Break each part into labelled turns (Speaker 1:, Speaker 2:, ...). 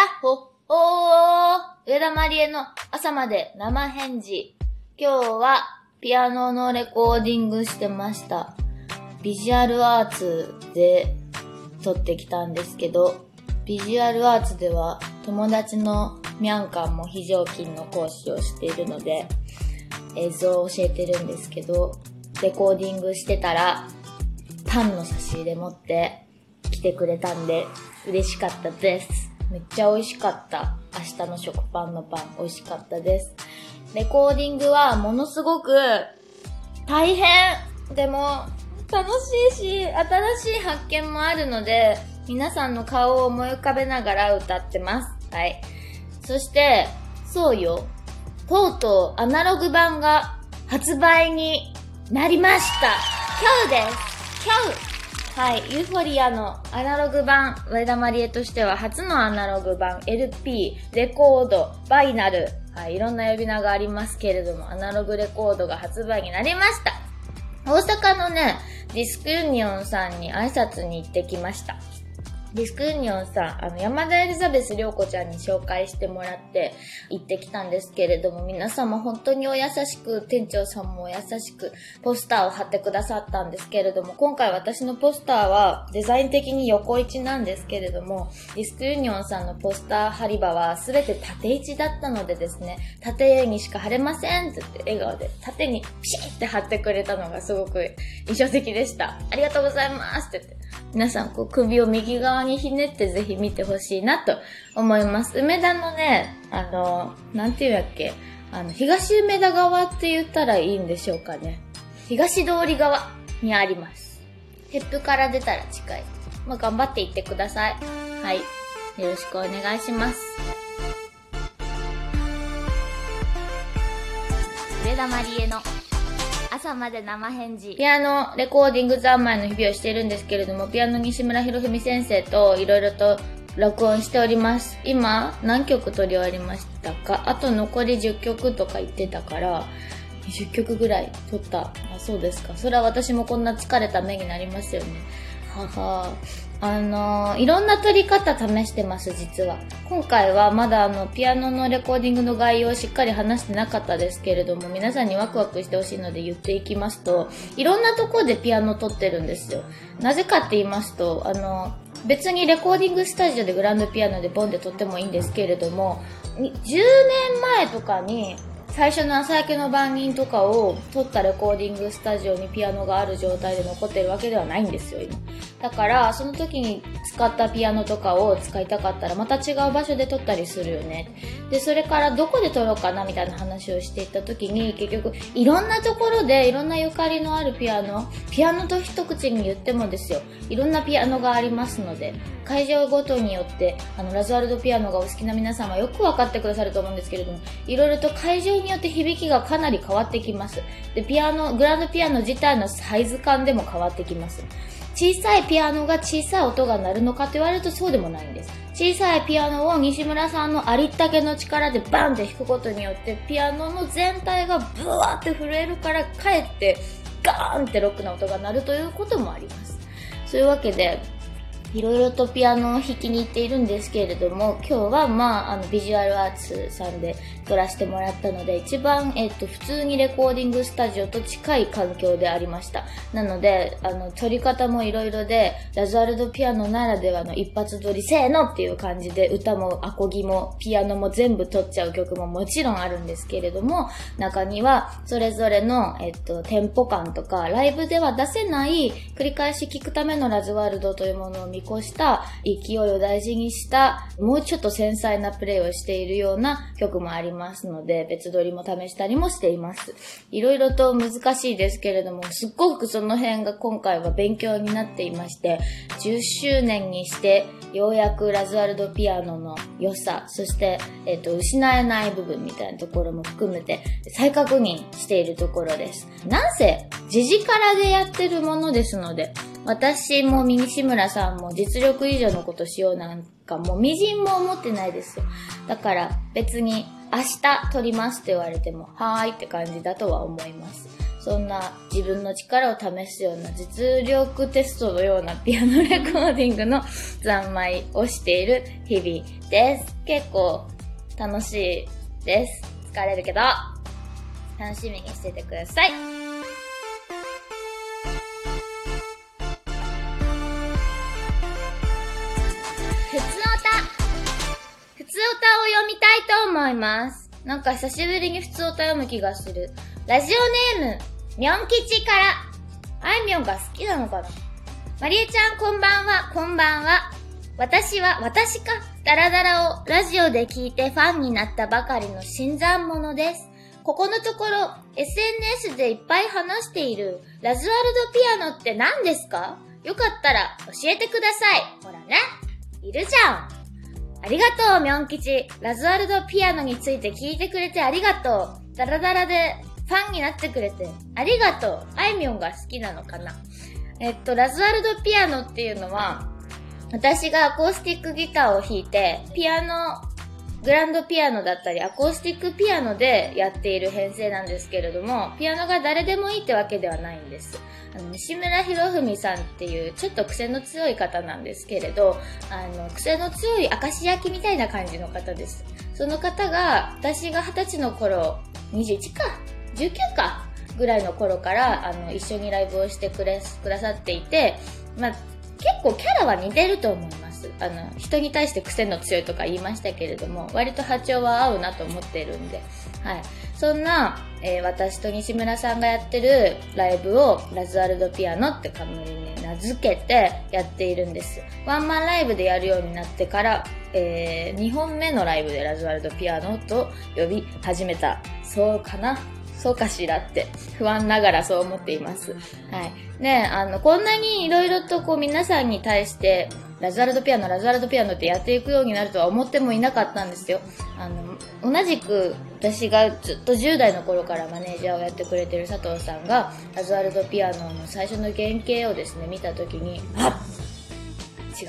Speaker 1: やっほおー、上田まりえの朝まで生返事。今日はピアノのレコーディングしてました。ビジュアルアーツで撮ってきたんですけど、ビジュアルアーツでは友達のミャンカンも非常勤の講師をしているので、映像を教えてるんですけど、レコーディングしてたらパンの差し入れ持って来てくれたんで嬉しかったです。めっちゃ美味しかった。明日の食パンのパン美味しかったです。レコーディングはものすごく大変でも楽しいし、新しい発見もあるので、皆さんの顔を思い浮かべながら歌ってます。はい。そして、そうよ。とうとうアナログ版が発売になりました。今日です。今日。はい。ユーフォリアのアナログ版、上田まりえとしては初のアナログ版、LP、レコード、バイナル、はい。いろんな呼び名がありますけれども、アナログレコードが発売になりました。大阪のね、ディスクユニオンさんに挨拶に行ってきました。ディスクユニオンさん、山田エリザベス涼子ちゃんに紹介してもらって行ってきたんですけれども、皆様本当にお優しく、店長さんもお優しくポスターを貼ってくださったんですけれども、今回私のポスターはデザイン的に横位置なんですけれども、ディスクユニオンさんのポスター貼り場はすべて縦位置だったのでですね、縦にしか貼れませんって言って笑顔で縦にピシッって貼ってくれたのがすごく印象的でした。ありがとうございますって言って。皆さん首を右側にひねってぜひ見てほしいなと思います。梅田のね、なんていうんやっけ、東梅田側って言ったらいいんでしょうかね。東通り側にあります。ヘップから出たら近い。頑張って行ってください。はい。よろしくお願いします。上田まりえの朝まで生返事。ピアノレコーディング三昧の日々をしているんですけれども、ピアノ西村博文先生といろいろと録音しております。今何曲取り終わりましたか？あと残り10曲とか言ってたから20曲ぐらい取った。あ、そうですか。それは私もこんな疲れた目になりますよね。ははいろんな撮り方試してます、実は。今回はまだピアノのレコーディングの概要をしっかり話してなかったですけれども、皆さんにワクワクしてほしいので言っていきますと、いろんなところでピアノ撮ってるんですよ。なぜかって言いますと、別にレコーディングスタジオでグランドピアノでボンで撮ってもいいんですけれども、10年前とかに、最初の朝焼けの番人とかを撮ったレコーディングスタジオにピアノがある状態で残ってるわけではないんですよ、今。だから、その時に使ったピアノとかを使いたかったらまた違う場所で撮ったりするよね。で、それからどこで撮ろうかなみたいな話をしていった時に、結局、いろんなところでいろんなゆかりのあるピアノと一口に言ってもですよ、いろんなピアノがありますので、会場ごとによって、ラズワルドピアノがお好きな皆さんはよくわかってくださると思うんですけれども、いろいろと会場によって響きがかなり変わってきます。で、グランドピアノ自体のサイズ感でも変わってきます。小さいピアノが小さい音が鳴るのかと言われるとそうでもないんです。小さいピアノを西村さんのありったけの力でバンって弾くことによって、ピアノの全体がブワーって震えるから、かえってガーンってロックな音が鳴るということもあります。そういうわけで、いろいろとピアノを弾きに行っているんですけれども、今日はビジュアルアーツさんで撮らせてもらったので、一番、普通にレコーディングスタジオと近い環境でありました。なので、撮り方もいろいろで、ラズワルドピアノならではの一発撮りせーのっていう感じで、歌もアコギもピアノも全部撮っちゃう曲ももちろんあるんですけれども、中にはそれぞれの、テンポ感とか、ライブでは出せない繰り返し聴くためのラズワルドというものを見越した勢いを大事にしたもうちょっと繊細なプレイをしているような曲もありますので、別撮りも試したりもしています。いろいろと難しいですけれども、すっごくその辺が今回は勉強になっていまして、10周年にしてようやくラズワルドピアノの良さ、そして、失えない部分みたいなところも含めて再確認しているところです。なんせジジカラでやってるものですので、私も西村さんも実力以上のことしようなんかもうみじんも思ってないですよ。だから別に明日撮りますって言われてもはーいって感じだとは思います。 そんな自分の力を試すような実力テストのようなピアノレコーディングの三昧をしている日々です。結構楽しいです。疲れるけど、楽しみにしててください。ふつおたを読みたいと思います。なんか久しぶりにふつおた読む気がする。ラジオネーム、みょん吉から。あいみょんが好きなのかな。まりえちゃんこんばんは、こんばんは。私か、ダラダラをラジオで聞いてファンになったばかりの新参者です。ここのところ、SNS でいっぱい話しているラズワルドピアノって何ですか？よかったら教えてください。ほらね、いるじゃん。ありがとう、みょん吉。ラズワルドピアノについて聞いてくれてありがとう。ダラダラでファンになってくれてありがとう。あいみょんが好きなのかな。ラズワルドピアノっていうのは、私がアコースティックギターを弾いて、ピアノ、グランドピアノだったり、アコースティックピアノでやっている編成なんですけれども、ピアノが誰でもいいってわけではないんです。西村博文さんっていうちょっと癖の強い方なんですけれど、癖の強い明石焼きみたいな感じの方です。その方が、私が20歳の頃、21か、19か、ぐらいの頃から、一緒にライブをしてくださっていて、まあ、結構キャラは似てると思います。人に対して癖の強いとか言いましたけれども、割と波長は合うなと思ってるんで、はい。そんな、私と西村さんがやってるライブをラズワルドピアノって冠に名付けてやっているんです。ワンマンライブでやるようになってから、2本目のライブでラズワルドピアノと呼び始めた。そうかな？そうかしらって不安ながらそう思っています。はい。ね、こんなに色々とこう皆さんに対してラズワルドピアノってやっていくようになるとは思ってもいなかったんですよ。同じく私がずっと10代の頃からマネージャーをやってくれてる佐藤さんがラズワルドピアノの最初の原型をですね見たときに、違う。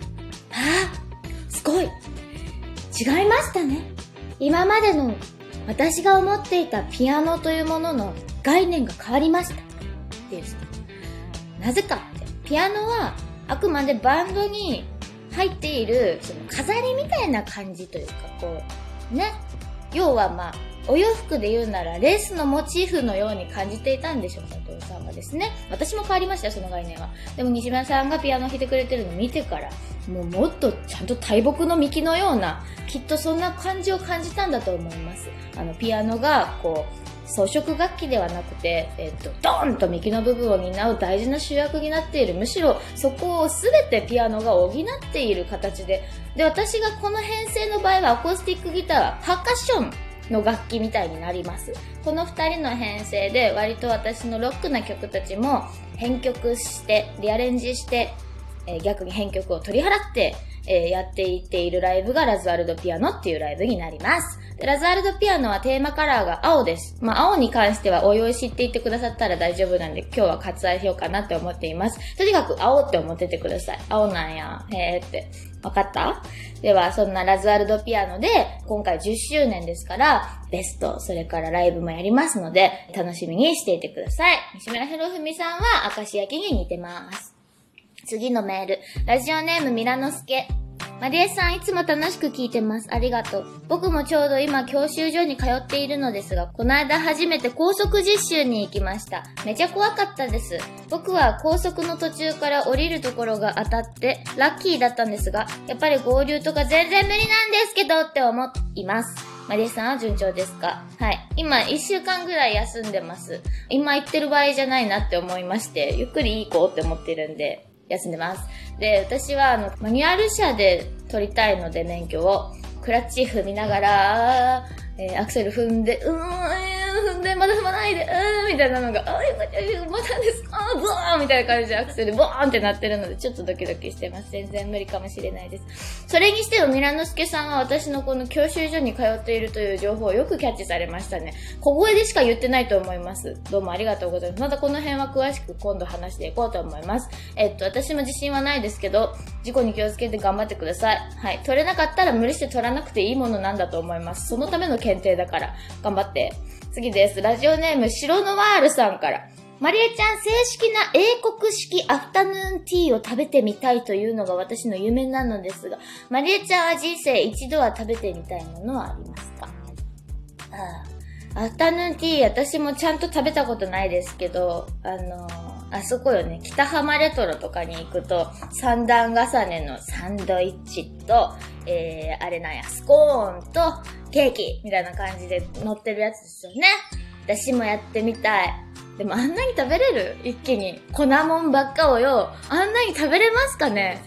Speaker 1: すごい。違いましたね。今までの私が思っていたピアノというものの概念が変わりましたっていう。なぜかって、ピアノはあくまでバンドに入っているその飾りみたいな感じというか、こうね、要はまあお洋服で言うならレースのモチーフのように感じていたんでしょう、佐藤さんはですね。私も変わりましたよ、その概念は。でも西村さんがピアノを弾いてくれてるのを見てから、もっとちゃんと大木の幹のような、きっとそんな感じを感じたんだと思います。ピアノがこう装飾楽器ではなくて、ドーンと幹の部分を担う大事な主役になっている。むしろそこを全てピアノが補っている形で、私がこの編成の場合はアコースティックギターはパーカッションの楽器みたいになります。この2人の編成で割と私のロックな曲たちも編曲してリアレンジして、逆に編曲を取り払って、やっていっているライブがラズワルドピアノっていうライブになります。でラズワルドピアノはテーマカラーが青です。青に関してはおいおい知っていってくださったら大丈夫なんで、今日は割愛しようかなって思っています。とにかく青って思っててください。青なんや。へーって。わかった？では、そんなラズワルドピアノで、今回10周年ですから、ベスト、それからライブもやりますので、楽しみにしていてください。西村博文さんは明石焼きに似てます。次のメール。ラジオネームミラノスケ。マリエさんいつも楽しく聞いてます。ありがとう。僕もちょうど今教習所に通っているのですが、この間初めて高速実習に行きました。めちゃ怖かったです。僕は高速の途中から降りるところが当たってラッキーだったんですが、やっぱり合流とか全然無理なんですけどって思います。マリエさんは順調ですか？はい。今1週間ぐらい休んでます。今行ってる場合じゃないなって思いまして、ゆっくり行こうって思ってるんで、休んでます。で、私はマニュアル車で取りたいので免許を、クラッチ踏みながら、アクセル踏んで、踏んで、まだ踏まないで、みたいなのが、まだですかブーンみたいな感じでアクセルボーンってなってるので、ちょっとドキドキしてます。全然無理かもしれないです。それにしてもミラノスケさんは私のこの教習所に通っているという情報をよくキャッチされましたね。小声でしか言ってないと思います。どうもありがとうございます。またこの辺は詳しく今度話していこうと思います。私も自信はないですけど、 事故に気をつけて頑張ってください。はい。取れなかったら無理して取らなくていいものなんだと思います。そのための検定だから、頑張って。次です。ラジオネーム、白ノワールさんから。マリエちゃん、正式な英国式アフタヌーンティーを食べてみたいというのが私の夢なのですが、マリエちゃんは人生一度は食べてみたいものはありますか？アフタヌーンティー、私もちゃんと食べたことないですけど、あそこよね、北浜レトロとかに行くと、三段重ねのサンドイッチと、あれなんや、スコーンとケーキみたいな感じで乗ってるやつですよね。私もやってみたい。でもあんなに食べれる？一気に。粉もんばっかをよ、あんなに食べれますかね？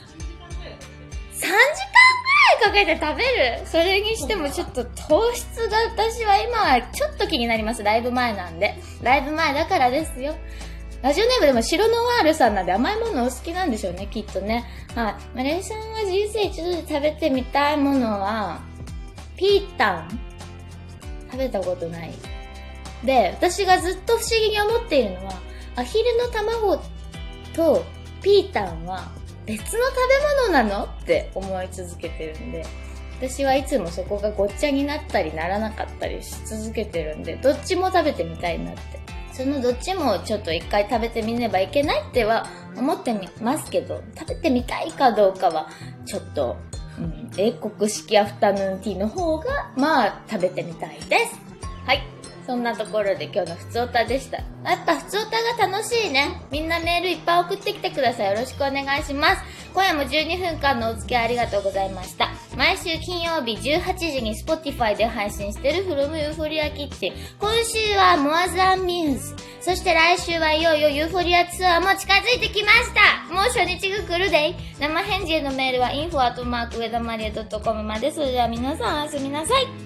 Speaker 1: 3 時間くらいかけて食べる？それにしてもちょっと糖質が私は今はちょっと気になります。ライブ前なんで。ライブ前だからですよ。ラジオネームでも白ノワールさんなんで甘いものお好きなんでしょうね、きっとね。はい。マレーさんが人生一度で食べてみたいものは、ピータン？食べたことない。で、私がずっと不思議に思っているのは、アヒルの卵とピータンは別の食べ物なのって思い続けてるんで、私はいつもそこがごっちゃになったりならなかったりし続けてるんで、どっちも食べてみたいなって。そのどっちもちょっと一回食べてみればいけないっては思ってみますけど、食べてみたいかどうかはちょっと、英国式アフタヌーンティーの方がまあ食べてみたいです。はい。そんなところで今日のふつおたでした。やっぱふつおたが楽しいね。みんなメールいっぱい送ってきてください。よろしくお願いします。今夜も12分間のお付き合いありがとうございました。毎週金曜日18時に Spotify で配信してる From Euphoria Kitchen。今週は More Than Muse。そして来週はいよいよユーフォリアツアーも近づいてきました。もう初日が来るでい。生返事へのメールはinfo@wedamaria.com まで。それでは皆さんおやすみなさい。